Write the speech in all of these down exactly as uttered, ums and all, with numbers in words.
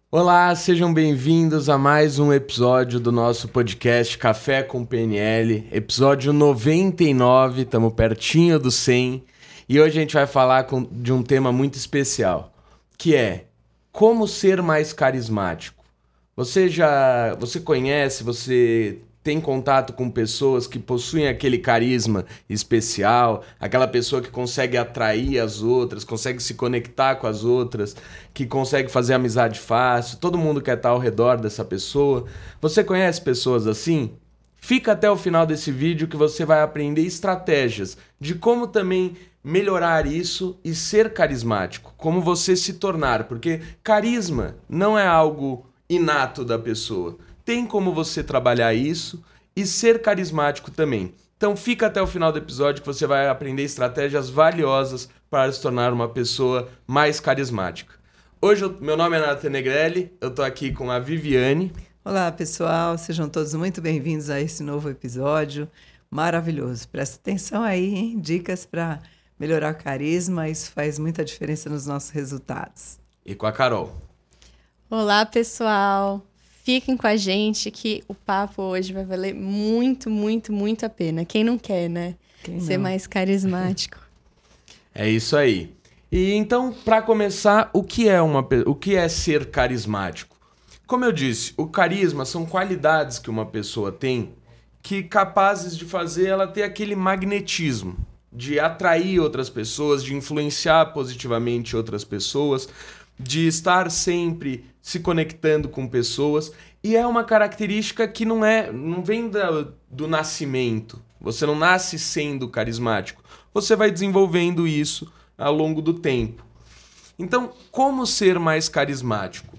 Olá, sejam bem-vindos a mais um episódio do nosso podcast Café com P N L, episódio noventa e nove, estamos pertinho do cem, e hoje a gente vai falar com, de um tema muito especial, que é como ser mais carismático. Você já, você conhece, você tem contato com pessoas que possuem aquele carisma especial, aquela pessoa que consegue atrair as outras, consegue se conectar com as outras, que consegue fazer amizade fácil, todo mundo quer estar ao redor dessa pessoa. Você conhece pessoas assim? Fica até o final desse vídeo que você vai aprender estratégias de como também melhorar isso e ser carismático, como você se tornar, porque carisma não é algo inato da pessoa. Tem como você trabalhar isso e ser carismático também. Então fica até o final do episódio que você vai aprender estratégias valiosas para se tornar uma pessoa mais carismática. Hoje, meu nome é Nathan Negrelli, eu tô aqui com a Viviane. Olá, pessoal, sejam todos muito bem-vindos a esse novo episódio maravilhoso. Presta atenção aí, hein? Dicas para melhorar o carisma, isso faz muita diferença nos nossos resultados. E com a Carol. Olá, pessoal! Fiquem com a gente que o papo hoje vai valer muito, muito, muito a pena. Quem não quer, né? Quem Ser não? mais carismático. É isso aí. E então, para começar, o que é uma, o que é ser carismático? Como eu disse, o carisma são qualidades que uma pessoa tem que capazes de fazer ela ter aquele magnetismo, de atrair outras pessoas, de influenciar positivamente outras pessoas, de estar sempre se conectando com pessoas, e é uma característica que não é, não vem da, do nascimento. Você não nasce sendo carismático. Você vai desenvolvendo isso ao longo do tempo. Então, como ser mais carismático?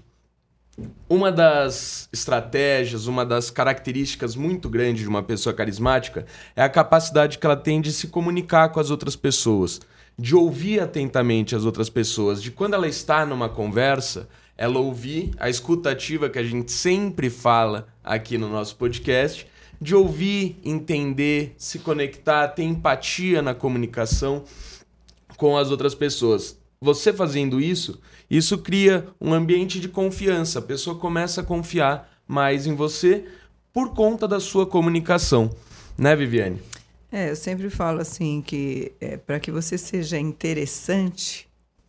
Uma das estratégias, uma das características muito grandes de uma pessoa carismática é a capacidade que ela tem de se comunicar com as outras pessoas, de ouvir atentamente as outras pessoas, de quando ela está numa conversa, ela ouvir a escutativa que a gente sempre fala aqui no nosso podcast, de ouvir, entender, se conectar, ter empatia na comunicação com as outras pessoas. Você fazendo isso, isso cria um ambiente de confiança. A pessoa começa a confiar mais em você por conta da sua comunicação. Né, Viviane? É, eu sempre falo assim que é, para que você seja interessante,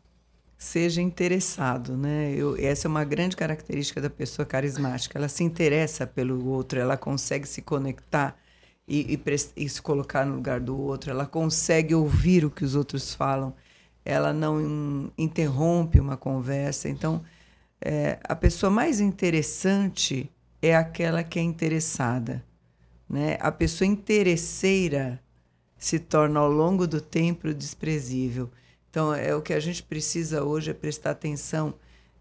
seja interessado, né? Eu, essa é uma grande característica da pessoa carismática. Ela se interessa pelo outro, ela consegue se conectar e, e, e se colocar no lugar do outro, ela consegue ouvir o que os outros falam, ela não interrompe uma conversa. Então, é, a pessoa mais interessante é aquela que é interessada, né? A pessoa interesseira se torna, ao longo do tempo, desprezível. Então, é o que a gente precisa hoje é prestar atenção.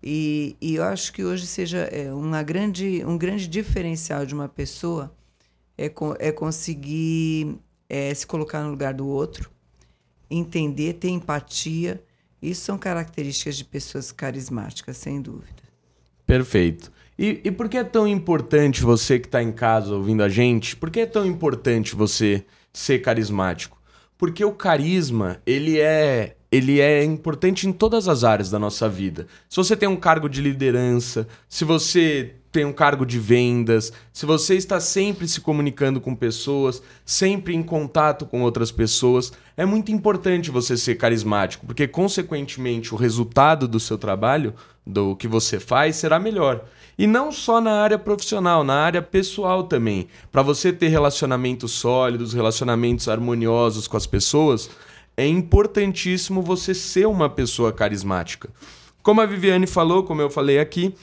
E, e eu acho que hoje seja é, uma grande, um grande diferencial de uma pessoa é, é conseguir é, se colocar no lugar do outro, entender, ter empatia. Isso são características de pessoas carismáticas, sem dúvida. Perfeito. E, e por que é tão importante você que está em casa ouvindo a gente? Por que é tão importante você ser carismático? Porque o carisma, ele é, ele é importante em todas as áreas da nossa vida. Se você tem um cargo de liderança, se você tem um cargo de vendas, se você está sempre se comunicando com pessoas, sempre em contato com outras pessoas, é muito importante você ser carismático, porque, consequentemente, o resultado do seu trabalho, do que você faz, será melhor. E não só na área profissional, na área pessoal também. Para você ter relacionamentos sólidos, relacionamentos harmoniosos com as pessoas, é importantíssimo você ser uma pessoa carismática. Como a Viviane falou, como eu falei aqui,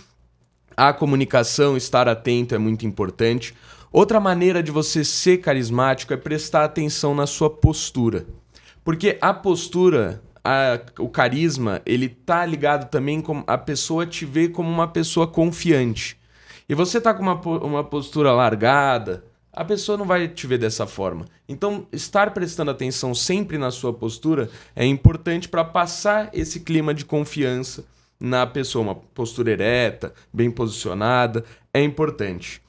a comunicação, estar atento é muito importante. Outra maneira de você ser carismático é prestar atenção na sua postura. Porque a postura, a, o carisma, ele tá ligado também com a pessoa te ver como uma pessoa confiante. E você tá com uma, uma postura largada, a pessoa não vai te ver dessa forma. Então, estar prestando atenção sempre na sua postura é importante para passar esse clima de confiança na pessoa. Uma postura ereta, bem posicionada, é importante.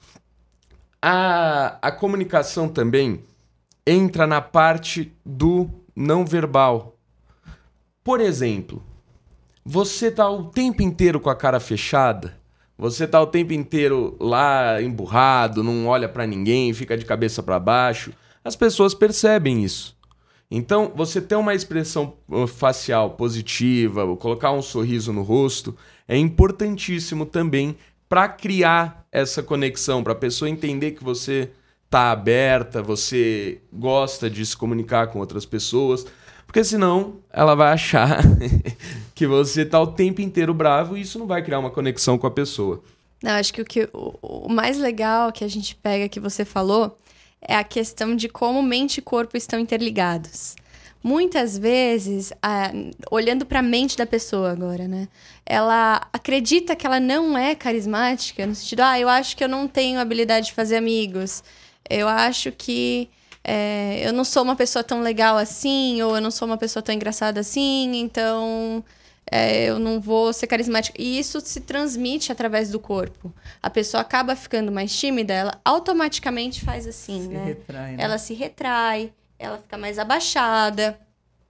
A, a comunicação também entra na parte do não verbal. Por exemplo, você tá o tempo inteiro com a cara fechada, você tá o tempo inteiro lá emburrado, não olha pra ninguém, fica de cabeça pra baixo, as pessoas percebem isso. Então, você ter uma expressão facial positiva, colocar um sorriso no rosto, é importantíssimo também para criar essa conexão, para a pessoa entender que você tá aberta, você gosta de se comunicar com outras pessoas, porque senão ela vai achar que você tá o tempo inteiro bravo e isso não vai criar uma conexão com a pessoa. Não, acho que o, que o, o mais legal que a gente pega que você falou é a questão de como mente e corpo estão interligados. Muitas vezes, a, olhando para a mente da pessoa agora, né? Ela acredita que ela não é carismática, no sentido, ah, eu acho que eu não tenho habilidade de fazer amigos. Eu acho que é, eu não sou uma pessoa tão legal assim, ou eu não sou uma pessoa tão engraçada assim, então... É, eu não vou ser carismática. E isso se transmite através do corpo. A pessoa acaba ficando mais tímida, ela automaticamente faz assim, se né? Retrai, né? Ela se retrai, ela fica mais abaixada.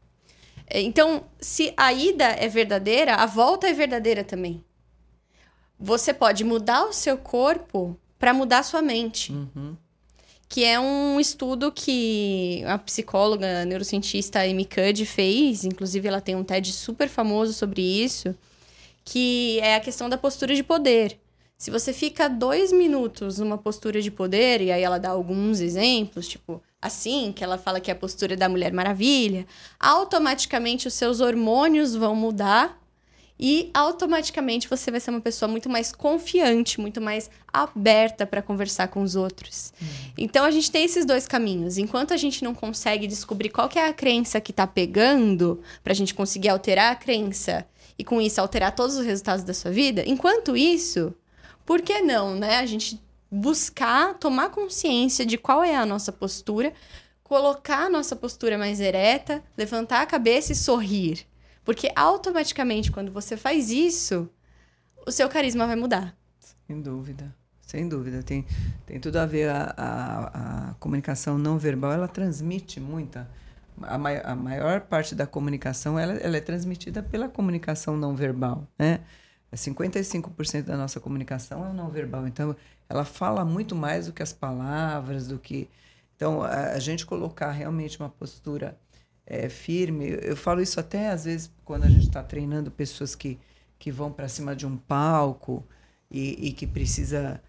Então, se a ida é verdadeira, a volta é verdadeira também. Você pode mudar o seu corpo para mudar a sua mente. Uhum. Que é um estudo que a psicóloga, a neurocientista Amy Cuddy fez, inclusive ela tem um TED super famoso sobre isso, que é a questão da postura de poder. Se você fica dois minutos numa postura de poder, e aí ela dá alguns exemplos, tipo assim, que ela fala que é a postura da Mulher Maravilha, automaticamente os seus hormônios vão mudar e automaticamente você vai ser uma pessoa muito mais confiante, muito mais aberta para conversar com os outros. Uhum. Então, a gente tem esses dois caminhos. Enquanto a gente não consegue descobrir qual que é a crença que está pegando, para a gente conseguir alterar a crença e, com isso, alterar todos os resultados da sua vida, enquanto isso, por que não, né? A gente buscar, tomar consciência de qual é a nossa postura, colocar a nossa postura mais ereta, levantar a cabeça e sorrir. Porque automaticamente, quando você faz isso, o seu carisma vai mudar. Sem dúvida, sem dúvida. Tem, tem tudo a ver. A, a, a comunicação não verbal, ela transmite muita. A, mai, a maior parte da comunicação, ela, ela é transmitida pela comunicação não verbal, né? cinquenta e cinco por cento da nossa comunicação é o não verbal. Então, ela fala muito mais do que as palavras, do que... Então, a, a gente colocar realmente uma postura... É, firme, eu falo isso até às vezes quando a gente está treinando pessoas que, que vão para cima de um palco e, e que precisa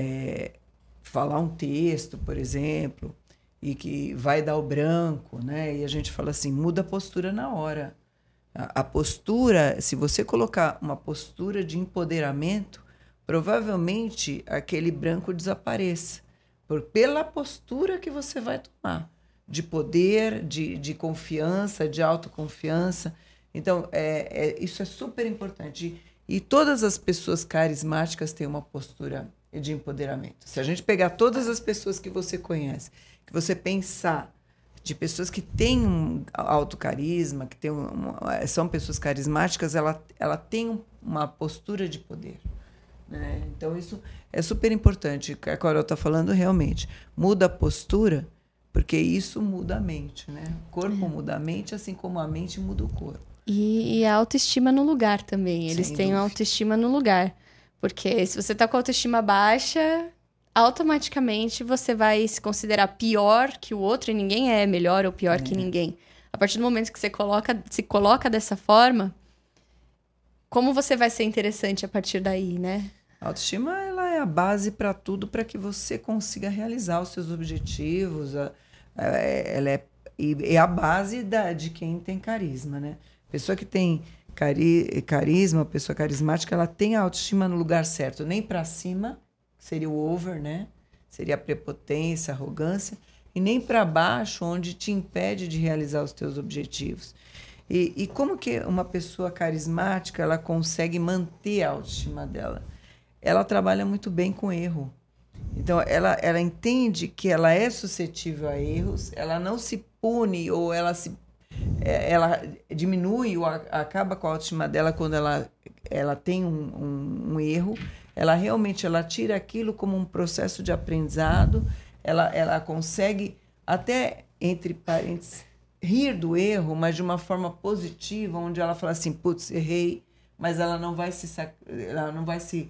é, falar um texto, por exemplo, e que vai dar o branco, né? E a gente fala assim, muda a postura na hora. A, a postura, se você colocar uma postura de empoderamento, provavelmente aquele branco desapareça, por, pela postura que você vai tomar. De poder, de, de confiança, de autoconfiança. Então, é, é, isso é super importante. E, e todas as pessoas carismáticas têm uma postura de empoderamento. Se a gente pegar todas as pessoas que você conhece, que você pensar de pessoas que têm um alto carisma, que têm um, são pessoas carismáticas, ela, ela tem uma postura de poder. Né? Então, isso é super importante. O que a Carol está falando realmente. Muda a postura... Porque isso muda a mente, né? O corpo é. muda a mente, assim como a mente muda o corpo. E, e a autoestima no lugar também. Eles Sem têm dúvida. autoestima no lugar. Porque se você tá com a autoestima baixa, automaticamente você vai se considerar pior que o outro, e ninguém é melhor ou pior é. que ninguém. A partir do momento que você coloca, se coloca dessa forma, como você vai ser interessante a partir daí, né? A autoestima, ela é a base para tudo, para que você consiga realizar os seus objetivos. A, a, ela é, e é a base da, de quem tem carisma, né? Pessoa que tem cari, carisma, pessoa carismática, ela tem a autoestima no lugar certo. Nem para cima, seria o over, né? Seria a prepotência, a arrogância. E nem para baixo, onde te impede de realizar os teus objetivos. E, e como que uma pessoa carismática, ela consegue manter a autoestima dela? Ela trabalha muito bem com erro. Então, ela, ela entende que ela é suscetível a erros, ela não se pune ou ela, se, ela diminui ou acaba com a autoestima dela quando ela, ela tem um, um, um erro. Ela realmente ela tira aquilo como um processo de aprendizado, ela, ela consegue, até entre parênteses, rir do erro, mas de uma forma positiva, onde ela fala assim, putz, errei, mas ela não vai se... Ela não vai se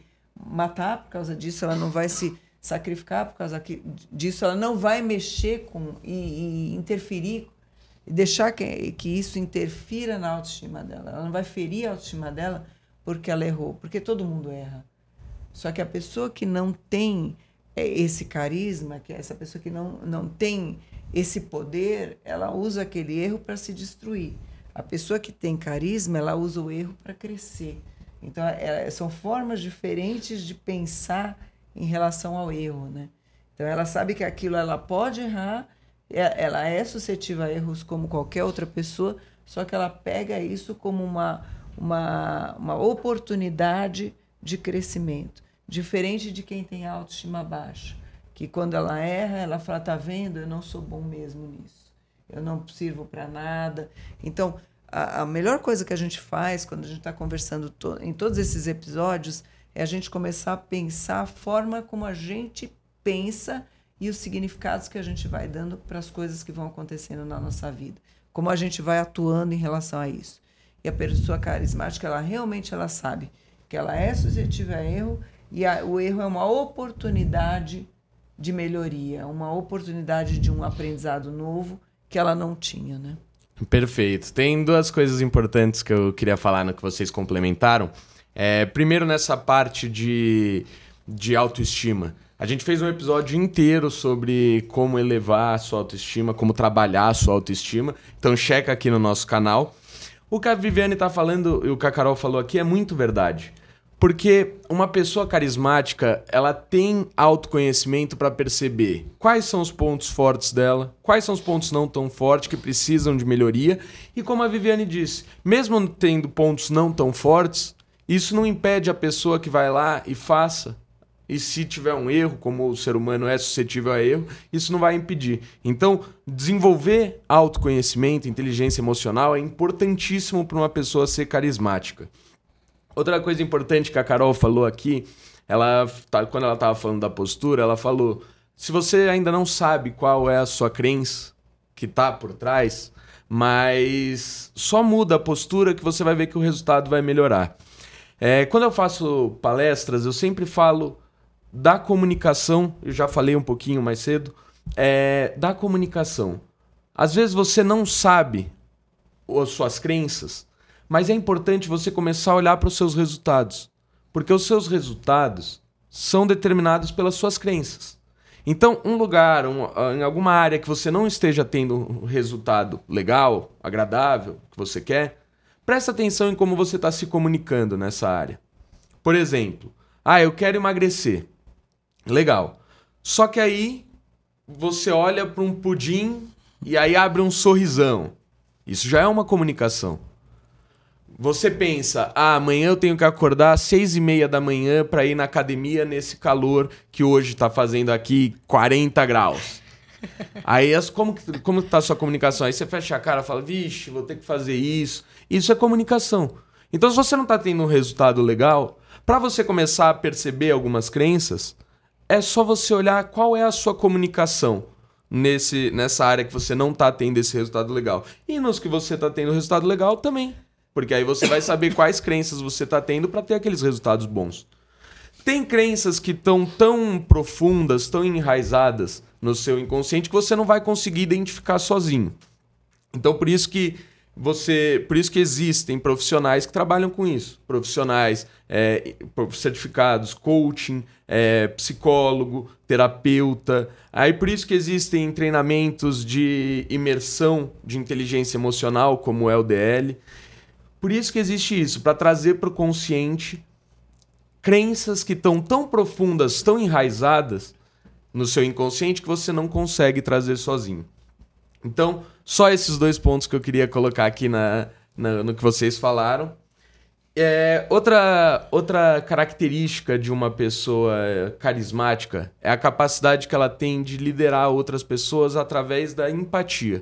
matar por causa disso, ela não vai se sacrificar por causa disso, ela não vai mexer com e, e interferir, e deixar que, que isso interfira na autoestima dela. Ela não vai ferir a autoestima dela porque ela errou, porque todo mundo erra. Só que a pessoa que não tem esse carisma, que é essa pessoa que não, não tem esse poder, ela usa aquele erro para se destruir. A pessoa que tem carisma, ela usa o erro para crescer. Então, é, são formas diferentes de pensar em relação ao erro, né? Então, ela sabe que aquilo ela pode errar, ela é suscetível a erros como qualquer outra pessoa, só que ela pega isso como uma, uma, uma oportunidade de crescimento, diferente de quem tem autoestima baixa, que quando ela erra, ela fala, tá vendo, eu não sou bom mesmo nisso, eu não sirvo para nada. Então, a, a melhor coisa que a gente faz quando a gente está conversando to- em todos esses episódios é a gente começar a pensar a forma como a gente pensa e os significados que a gente vai dando para as coisas que vão acontecendo na nossa vida, como a gente vai atuando em relação a isso. E a pessoa carismática, ela realmente ela sabe que ela é suscetível a erro, e a, o erro é uma oportunidade de melhoria, uma oportunidade de um aprendizado novo que ela não tinha, né? Perfeito. Tem duas coisas importantes que eu queria falar no que vocês complementaram. É, primeiro, nessa parte de, de autoestima. A gente fez um episódio inteiro sobre como elevar a sua autoestima, como trabalhar a sua autoestima. Então, checa aqui no nosso canal. O que a Viviane está falando e o que a Carol falou aqui é muito verdade. Porque uma pessoa carismática, ela tem autoconhecimento para perceber quais são os pontos fortes dela, quais são os pontos não tão fortes que precisam de melhoria. E como a Viviane disse, mesmo tendo pontos não tão fortes, isso não impede a pessoa que vai lá e faça. E se tiver um erro, como o ser humano é suscetível a erro, isso não vai impedir. Então, desenvolver autoconhecimento, inteligência emocional é importantíssimo para uma pessoa ser carismática. Outra coisa importante que a Carol falou aqui, ela, quando ela estava falando da postura, ela falou, se você ainda não sabe qual é a sua crença que está por trás, mas só muda a postura que você vai ver que o resultado vai melhorar. É, quando eu faço palestras, eu sempre falo da comunicação, eu já falei um pouquinho mais cedo, é, da comunicação. Às vezes você não sabe as suas crenças, mas é importante você começar a olhar para os seus resultados, porque os seus resultados são determinados pelas suas crenças. Então, um lugar, um, em alguma área que você não esteja tendo um resultado legal, agradável, que você quer, presta atenção em como você está se comunicando nessa área. Por exemplo, ah, eu quero emagrecer. Legal. Só que aí você olha para um pudim e aí abre um sorrisão. Isso já é uma comunicação. Você pensa, ah, amanhã eu tenho que acordar às seis e meia da manhã para ir na academia nesse calor que hoje está fazendo aqui quarenta graus. Aí, como que, como que tá a sua comunicação? Aí você fecha a cara e fala, vixe, vou ter que fazer isso. Isso é comunicação. Então, se você não está tendo um resultado legal, para você começar a perceber algumas crenças, é só você olhar qual é a sua comunicação nesse, nessa área que você não está tendo esse resultado legal. E nos que você está tendo resultado legal também. Porque aí você vai saber quais crenças você está tendo para ter aqueles resultados bons. Tem crenças que estão tão profundas, tão enraizadas no seu inconsciente que você não vai conseguir identificar sozinho. Então, por isso que você, por isso que existem profissionais que trabalham com isso. Profissionais é, certificados, coaching, é, psicólogo, terapeuta. Aí por isso que existem treinamentos de imersão de inteligência emocional, como o L D L. Por isso que existe isso, para trazer para o consciente crenças que estão tão profundas, tão enraizadas no seu inconsciente que você não consegue trazer sozinho. Então, só esses dois pontos que eu queria colocar aqui na, na, no que vocês falaram. É, outra, outra característica de uma pessoa carismática é a capacidade que ela tem de liderar outras pessoas através da empatia.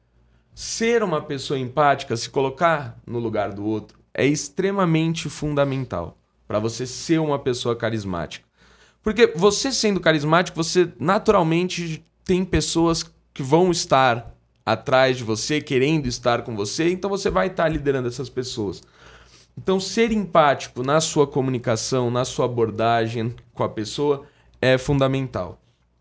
Ser uma pessoa empática, se colocar no lugar do outro, é extremamente fundamental para você ser uma pessoa carismática. Porque você sendo carismático, você naturalmente tem pessoas que vão estar atrás de você, querendo estar com você, então você vai estar liderando essas pessoas. Então, ser empático na sua comunicação, na sua abordagem com a pessoa é fundamental.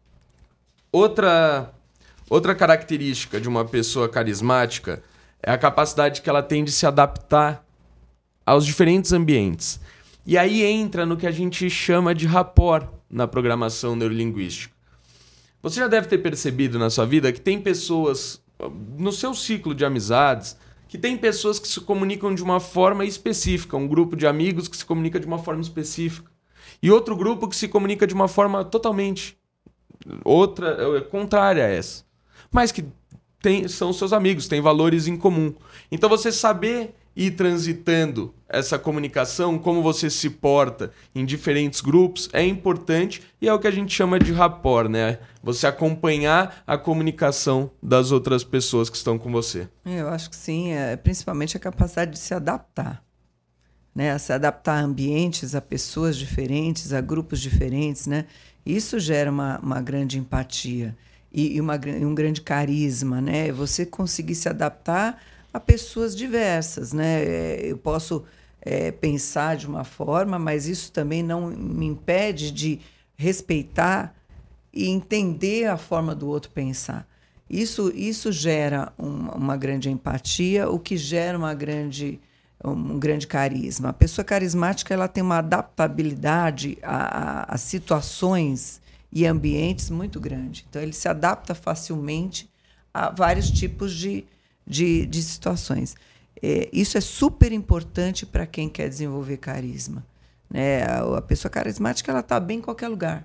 Outra, outra característica de uma pessoa carismática é a capacidade que ela tem de se adaptar aos diferentes ambientes. E aí entra no que a gente chama de rapport na programação neurolinguística. Você já deve ter percebido na sua vida que tem pessoas, no seu ciclo de amizades, que tem pessoas que se comunicam de uma forma específica, um grupo de amigos que se comunica de uma forma específica, e outro grupo que se comunica de uma forma totalmente outra, contrária a essa, mas que tem, são seus amigos, têm valores em comum. Então você saber ir transitando essa comunicação, como você se porta em diferentes grupos, é importante e é o que a gente chama de rapport, né? Você acompanhar a comunicação das outras pessoas que estão com você. Eu acho que sim, é principalmente a capacidade de se adaptar, né? Se adaptar a ambientes, a pessoas diferentes, a grupos diferentes, né? Isso gera uma, uma grande empatia e, e uma, um grande carisma, né? Você conseguir se adaptar a pessoas diversas, né? Eu posso é, pensar de uma forma, mas isso também não me impede de respeitar e entender a forma do outro pensar. Isso, isso gera um, uma grande empatia, o que gera uma grande, um grande carisma. A pessoa carismática ela tem uma adaptabilidade a, a, a situações e ambientes muito grande. Então, ele se adapta facilmente a vários tipos de De, de situações. É, isso é super importante para quem quer desenvolver carisma, né? A, a pessoa carismática ela está bem em qualquer lugar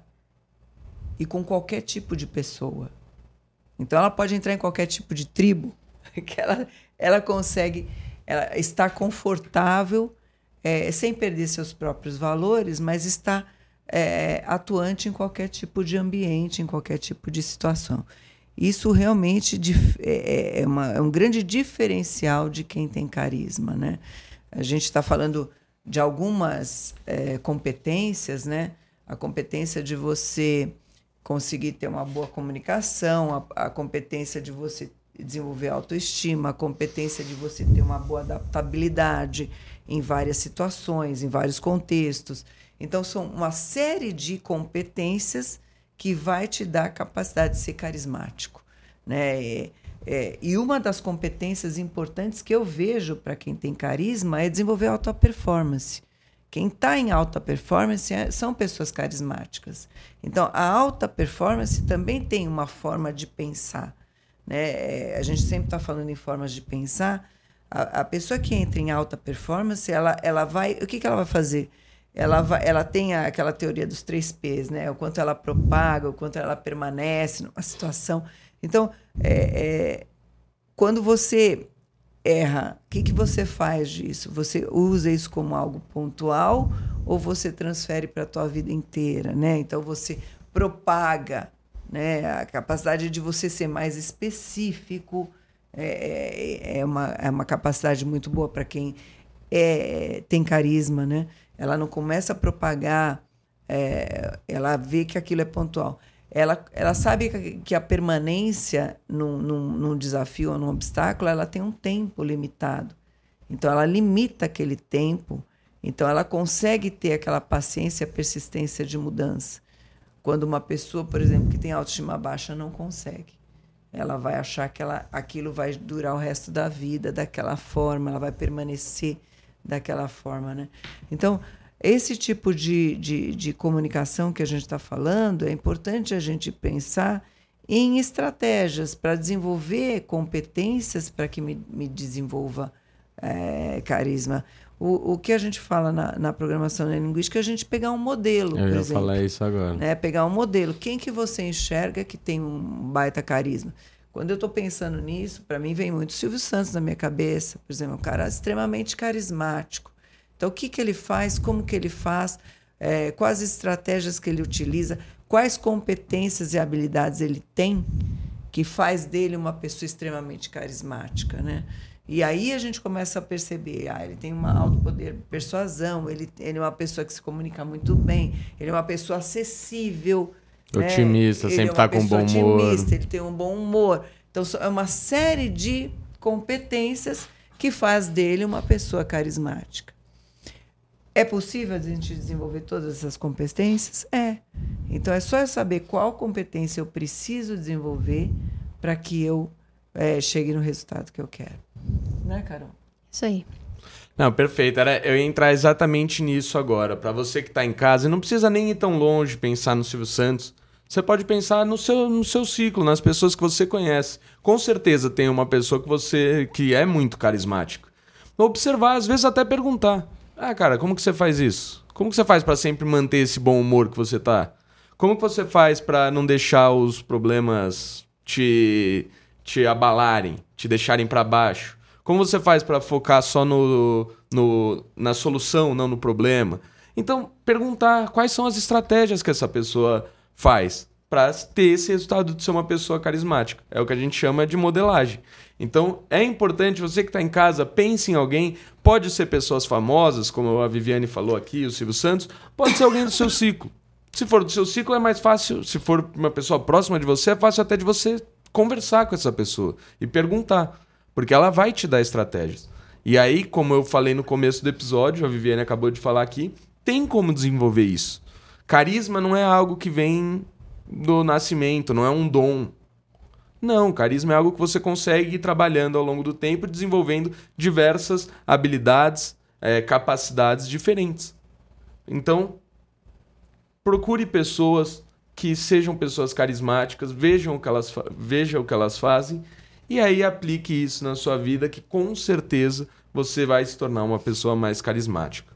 e com qualquer tipo de pessoa. Então, ela pode entrar em qualquer tipo de tribo, que ela, ela consegue ela estar confortável, é, sem perder seus próprios valores, mas está é, atuante em qualquer tipo de ambiente, em qualquer tipo de situação. Isso realmente é, uma, é um grande diferencial de quem tem carisma, né? A gente está falando de algumas é, competências, né? A competência de você conseguir ter uma boa comunicação, a, a competência de você desenvolver autoestima, a competência de você ter uma boa adaptabilidade em várias situações, em vários contextos. Então, são uma série de competências que vai te dar a capacidade de ser carismático, né? É, é, e uma das competências importantes que eu vejo para quem tem carisma é desenvolver alta performance. Quem está em alta performance é, são pessoas carismáticas. Então, a alta performance também tem uma forma de pensar, né? É, a gente sempre está falando em formas de pensar. A, a pessoa que entra em alta performance, ela, ela vai... O que, que ela vai fazer? Ela, vai, ela tem aquela teoria dos três P's, né? O quanto ela propaga, o quanto ela permanece numa situação. Então, é, é, quando você erra, o que, que você faz disso? Você usa isso como algo pontual ou você transfere para a tua vida inteira, né? Então, você propaga, né? A capacidade de você ser mais específico é, é, uma, é uma capacidade muito boa para quem é, tem carisma, né? Ela não começa a propagar, é, ela vê que aquilo é pontual. Ela, ela sabe que, que a permanência num, num, num desafio ou num obstáculo, ela tem um tempo limitado. Então, ela limita aquele tempo. Então, ela consegue ter aquela paciência e persistência de mudança. Quando uma pessoa, por exemplo, que tem autoestima baixa, não consegue. Ela vai achar que ela, aquilo vai durar o resto da vida daquela forma, ela vai permanecer daquela forma, né? Então, esse tipo de, de, de comunicação que a gente está falando, é importante a gente pensar em estratégias para desenvolver competências para que me, me desenvolva é, carisma. O, o que a gente fala na, na programação neurolinguística é a gente pegar um modelo, Eu por já exemplo. falar isso agora. Né? Pegar um modelo. Quem que você enxerga que tem um baita carisma? Quando eu estou pensando nisso, para mim vem muito Silvio Santos na minha cabeça, por exemplo, um cara extremamente carismático. Então, o que, que ele faz, como que ele faz, é, quais estratégias que ele utiliza, quais competências e habilidades ele tem que faz dele uma pessoa extremamente carismática, né? E aí a gente começa a perceber, ah, ele tem um alto poder de persuasão, ele, ele é uma pessoa que se comunica muito bem, ele é uma pessoa acessível, otimista, né? sempre está com bom humor. Otimista, ele tem um bom humor. Então, é uma série de competências que faz dele uma pessoa carismática. É possível a gente desenvolver todas essas competências? É. Então, é só eu saber qual competência eu preciso desenvolver para que eu é, chegue no resultado que eu quero. Né, Carol? Isso aí. Não, perfeito. Era, eu ia entrar exatamente nisso agora. Para você que está em casa, e não precisa nem ir tão longe pensar no Silvio Santos. Você pode pensar no seu, no seu ciclo, nas pessoas que você conhece. Com certeza tem uma pessoa que você que é muito carismática. Observar, às vezes até perguntar. Ah, cara, como que você faz isso? Como que você faz para sempre manter esse bom humor que você tá? Como que você faz para não deixar os problemas te, te abalarem, te deixarem para baixo? Como você faz para focar só no, no, na solução, não no problema? Então, perguntar quais são as estratégias que essa pessoa faz para ter esse resultado de ser uma pessoa carismática. É o que a gente chama de modelagem. Então, é importante, você que está em casa, pense em alguém. Pode ser pessoas famosas, como a Viviane falou aqui, o Silvio Santos. Pode ser alguém do seu ciclo. Se for do seu ciclo, é mais fácil. Se for uma pessoa próxima de você, é fácil até de você conversar com essa pessoa e perguntar. Porque ela vai te dar estratégias. E aí, como eu falei no começo do episódio, a Viviane acabou de falar aqui, tem como desenvolver isso. Carisma não é algo que vem do nascimento, não é um dom. Não, carisma é algo que você consegue ir trabalhando ao longo do tempo, desenvolvendo diversas habilidades, é, capacidades diferentes. Então, procure pessoas que sejam pessoas carismáticas, vejam o que elas, fa- vejam o que elas fazem e aí aplique isso na sua vida, que com certeza você vai se tornar uma pessoa mais carismática.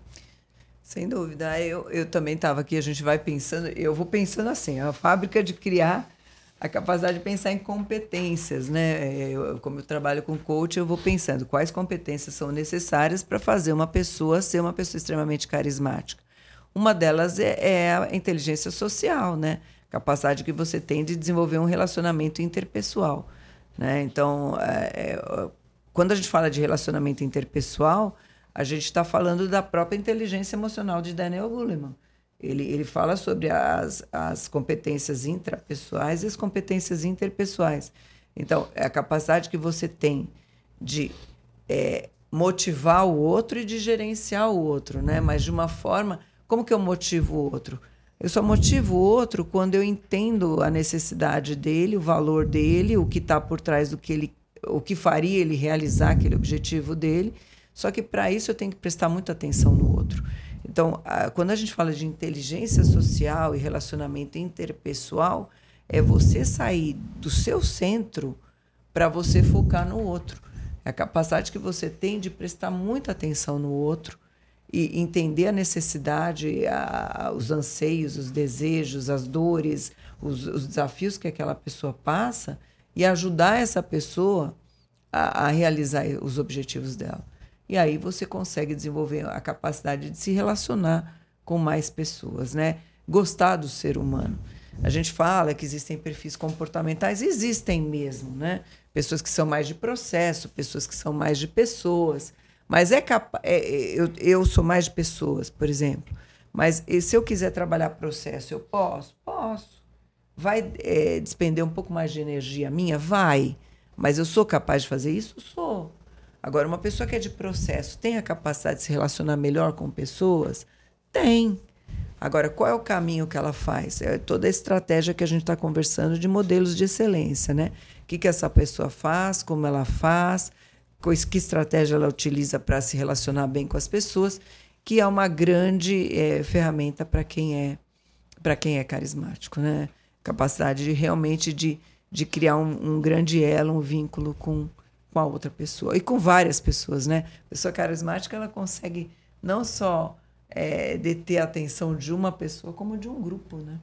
Sem dúvida. Eu, eu também estava aqui, a gente vai pensando, eu vou pensando assim, a fábrica de criar a capacidade de pensar em competências, né? Eu, como eu trabalho com coach, eu vou pensando quais competências são necessárias para fazer uma pessoa ser uma pessoa extremamente carismática. Uma delas é, é a inteligência social, né? Capacidade que você tem de desenvolver um relacionamento interpessoal, né? Então, é, é, quando a gente fala de relacionamento interpessoal, a gente está falando da própria inteligência emocional de Daniel Goleman. Ele, ele fala sobre as, as competências intrapessoais e as competências interpessoais. Então, é a capacidade que você tem de é, motivar o outro e de gerenciar o outro, né? Mas de uma forma... Como que eu motivo o outro? Eu só motivo o outro quando eu entendo a necessidade dele, o valor dele, o que está por trás do que ele... o que faria ele realizar aquele objetivo dele. Só que, para isso, eu tenho que prestar muita atenção no outro. Então, quando a gente fala de inteligência social e relacionamento interpessoal, é você sair do seu centro para você focar no outro. É a capacidade que você tem de prestar muita atenção no outro e entender a necessidade, a, os anseios, os desejos, as dores, os, os desafios que aquela pessoa passa e ajudar essa pessoa a, a realizar os objetivos dela. E aí você consegue desenvolver a capacidade de se relacionar com mais pessoas, né? Gostar do ser humano. A gente fala que existem perfis comportamentais, existem mesmo, né? Pessoas que são mais de processo, pessoas que são mais de pessoas. Mas é capaz... É, eu, eu sou mais de pessoas, por exemplo. Mas se eu quiser trabalhar processo, eu posso? Posso. Vai é, despender um pouco mais de energia minha? Vai. Mas eu sou capaz de fazer isso? Sou. Agora, uma pessoa que é de processo tem a capacidade de se relacionar melhor com pessoas? Tem. Agora, qual é o caminho que ela faz? É toda a estratégia que a gente está conversando de modelos de excelência, né? O que, que essa pessoa faz, como ela faz, que estratégia ela utiliza para se relacionar bem com as pessoas, que é uma grande é, ferramenta para quem é, para quem é carismático, né? Capacidade de realmente de, de criar um, um grande elo, um vínculo com com a outra pessoa. E com várias pessoas, né? A pessoa carismática, ela consegue não só é, deter a atenção de uma pessoa, como de um grupo, né?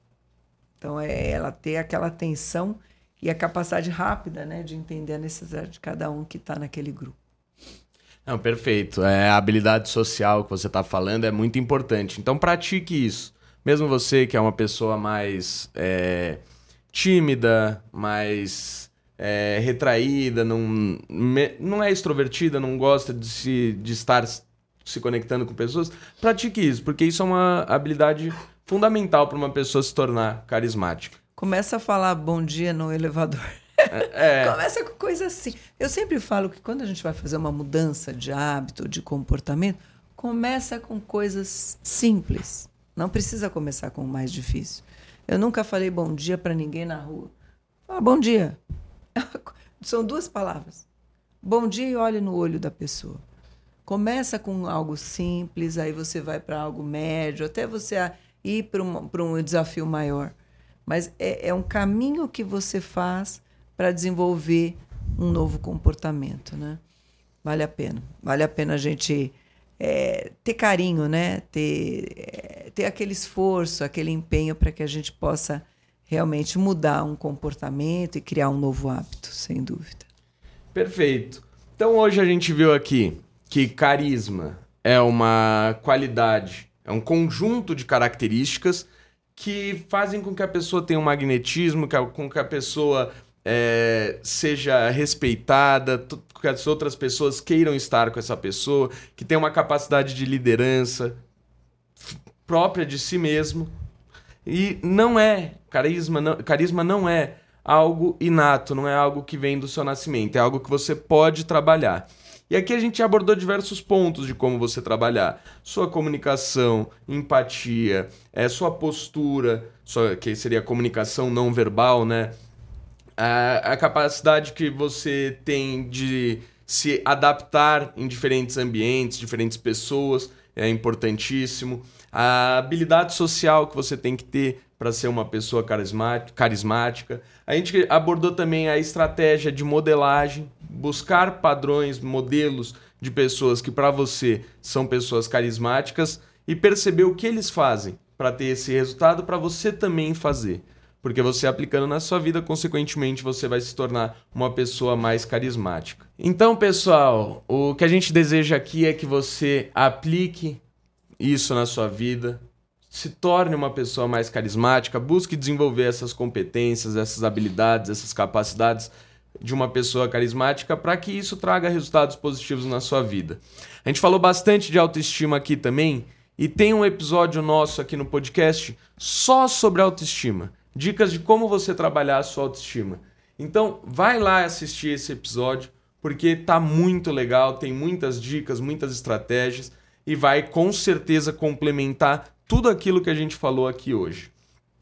Então, é ela ter aquela atenção e a capacidade rápida, né, de entender a necessidade de cada um que está naquele grupo. Não, perfeito. É, a habilidade social que você está falando é muito importante. Então, pratique isso. Mesmo você que é uma pessoa mais é, tímida, mais... É, retraída, não, me, não é extrovertida, não gosta de, se, de estar se conectando com pessoas, pratique isso, porque isso é uma habilidade fundamental para uma pessoa se tornar carismática. Começa a falar bom dia no elevador. É, é. Começa com coisa assim. Eu sempre falo que quando a gente vai fazer uma mudança de hábito, de comportamento, Começa com coisas simples. Não precisa começar com o mais difícil. Eu nunca falei bom dia para ninguém na rua. Fala bom dia. São duas palavras. Bom dia e olhe no olho da pessoa. Começa com algo simples, aí você vai para algo médio, até você ir para um, para um desafio maior. Mas é, é um caminho que você faz para desenvolver um novo comportamento, né? Vale a pena. Vale a pena a gente é, ter carinho, né? Ter, é, ter aquele esforço, aquele empenho para que a gente possa realmente mudar um comportamento e criar um novo hábito, sem dúvida. Perfeito. Então hoje a gente viu aqui que carisma é uma qualidade, é um conjunto de características que fazem com que a pessoa tenha um magnetismo, com que a pessoa é, seja respeitada, que as outras pessoas queiram estar com essa pessoa, que tenha uma capacidade de liderança própria de si mesmo. E não é, carisma não, carisma não é algo inato, não é algo que vem do seu nascimento, é algo que você pode trabalhar. E aqui a gente abordou diversos pontos de como você trabalhar. Sua comunicação, empatia, é, sua postura, sua, que seria a comunicação não verbal, né? A, a capacidade que você tem de se adaptar em diferentes ambientes, diferentes pessoas, é importantíssimo. A habilidade social que você tem que ter para ser uma pessoa carismática. A gente abordou também a estratégia de modelagem, buscar padrões, modelos de pessoas que para você são pessoas carismáticas e perceber o que eles fazem para ter esse resultado para você também fazer. Porque você aplicando na sua vida, consequentemente, você vai se tornar uma pessoa mais carismática. Então, pessoal, o que a gente deseja aqui é que você aplique isso na sua vida, se torne uma pessoa mais carismática, busque desenvolver essas competências, essas habilidades, essas capacidades de uma pessoa carismática para que isso traga resultados positivos na sua vida. A gente falou bastante de autoestima aqui também e tem um episódio nosso aqui no podcast só sobre autoestima. Dicas de como você trabalhar a sua autoestima. Então, vai lá assistir esse episódio porque tá muito legal, tem muitas dicas, muitas estratégias e vai com certeza complementar tudo aquilo que a gente falou aqui hoje.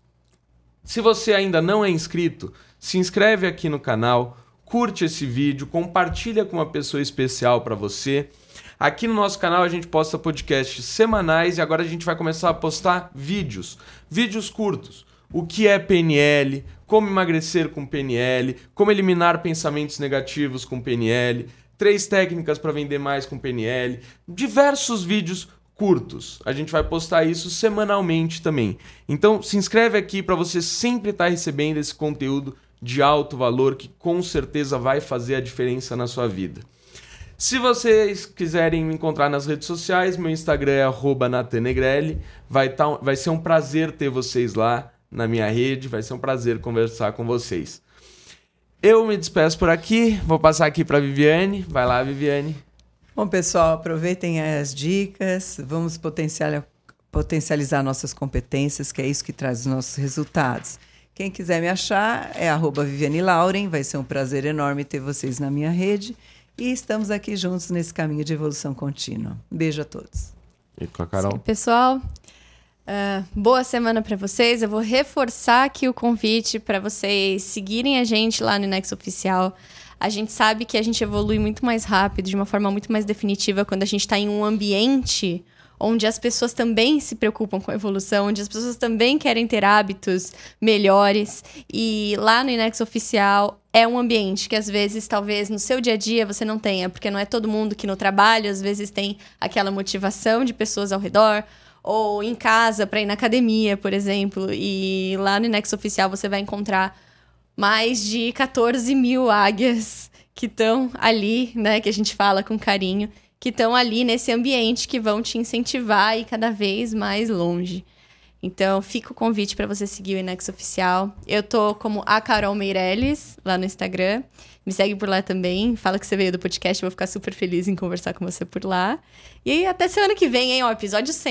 Se você ainda não é inscrito, se inscreve aqui no canal, curte esse vídeo, compartilha com uma pessoa especial para você. Aqui no nosso canal a gente posta podcasts semanais e agora a gente vai começar a postar vídeos, vídeos curtos. O que é P N L, como emagrecer com P N L, como eliminar pensamentos negativos com P N L, três técnicas para vender mais com P N L, diversos vídeos curtos. A gente vai postar isso semanalmente também. Então se inscreve aqui para você sempre estar recebendo esse conteúdo de alto valor que com certeza vai fazer a diferença na sua vida. Se vocês quiserem me encontrar nas redes sociais, meu Instagram é arroba natanegrelli. Vai, tá, vai ser um prazer ter vocês lá na minha rede, vai ser um prazer conversar com vocês. Eu me despeço por aqui, vou passar aqui para a Viviane. Vai lá, Viviane. Bom, pessoal, aproveitem as dicas, vamos potencializar nossas competências, que é isso que traz os nossos resultados. Quem quiser me achar é arroba Viviane Lauren, vai ser um prazer enorme ter vocês na minha rede. E estamos aqui juntos nesse caminho de evolução contínua. Um beijo a todos. E com a Carol. Sim, pessoal, uh, boa semana para vocês. Eu vou reforçar aqui o convite para vocês seguirem a gente lá no Inexo Oficial. A gente sabe que a gente evolui muito mais rápido, de uma forma muito mais definitiva, quando a gente está em um ambiente onde as pessoas também se preocupam com a evolução, onde as pessoas também querem ter hábitos melhores. E lá no Inexo Oficial é um ambiente que, às vezes, talvez no seu dia a dia você não tenha, porque não é todo mundo que no trabalho, às vezes, tem aquela motivação de pessoas ao redor, ou em casa para ir na academia, por exemplo. E lá no Inexo Oficial você vai encontrar mais de quatorze mil águias que estão ali, né, que a gente fala com carinho, que estão ali nesse ambiente que vão te incentivar a ir cada vez mais longe. Então, fica o convite para você seguir o Inexo Oficial. Eu tô como a Carol Meirelles lá no Instagram. Me segue por lá também. Fala que você veio do podcast. Eu vou ficar super feliz em conversar com você por lá. E até semana que vem, hein? Ó, episódio cem.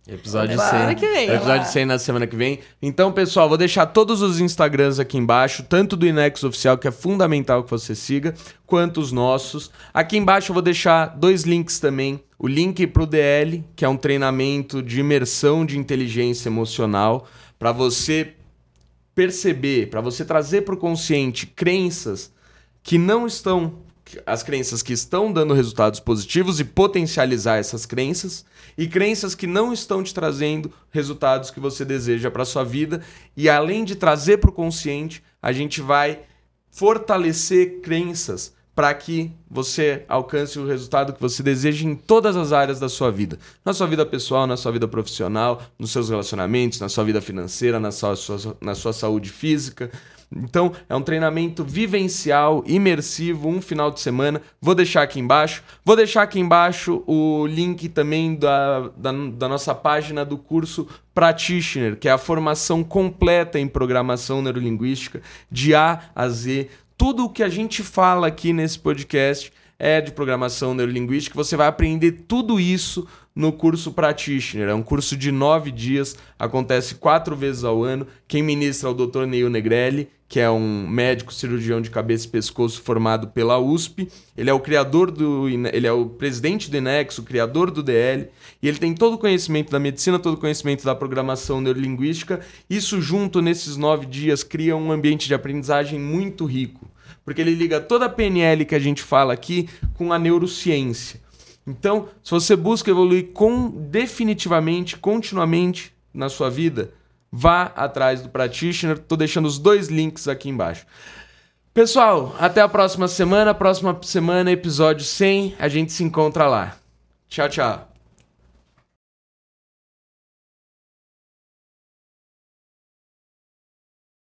Episódio Semana cem. que vem. Episódio cem na semana que vem. Então, pessoal, vou deixar todos os Instagrams aqui embaixo, tanto do Inex Oficial, que é fundamental que você siga, quanto os nossos. Aqui embaixo eu vou deixar dois links também. O link para o D L, que é um treinamento de imersão de inteligência emocional, para você perceber, para você trazer para o consciente crenças que não estão... as crenças que estão dando resultados positivos e potencializar essas crenças, e crenças que não estão te trazendo resultados que você deseja para sua vida. E além de trazer para o consciente, a gente vai fortalecer crenças para que você alcance o resultado que você deseja em todas as áreas da sua vida. Na sua vida pessoal, na sua vida profissional, nos seus relacionamentos, na sua vida financeira, na sua, sua, na sua saúde física. Então, é um treinamento vivencial, imersivo, um final de semana. Vou deixar aqui embaixo. Vou deixar aqui embaixo o link também da, da, da nossa página do curso Practitioner, que é a formação completa em programação neurolinguística, de A a Z. Tudo o que a gente fala aqui nesse podcast é de programação neurolinguística. Você vai aprender tudo isso no curso Practitioner. É um curso de nove dias, acontece quatro vezes ao ano. Quem ministra é o doutor Neil Negrelli, que é um médico cirurgião de cabeça e pescoço formado pela U S P. Ele é o criador do, ele é o presidente do Inex, o criador do D L, e ele tem todo o conhecimento da medicina, todo o conhecimento da programação neurolinguística. Isso junto nesses nove dias cria um ambiente de aprendizagem muito rico, porque ele liga toda a P N L que a gente fala aqui com a neurociência. Então, se você busca evoluir com, definitivamente, continuamente na sua vida, vá atrás do Practitioner. Estou deixando os dois links aqui embaixo. Pessoal, até a próxima semana. Próxima semana, episódio cem. A gente se encontra lá. Tchau, tchau.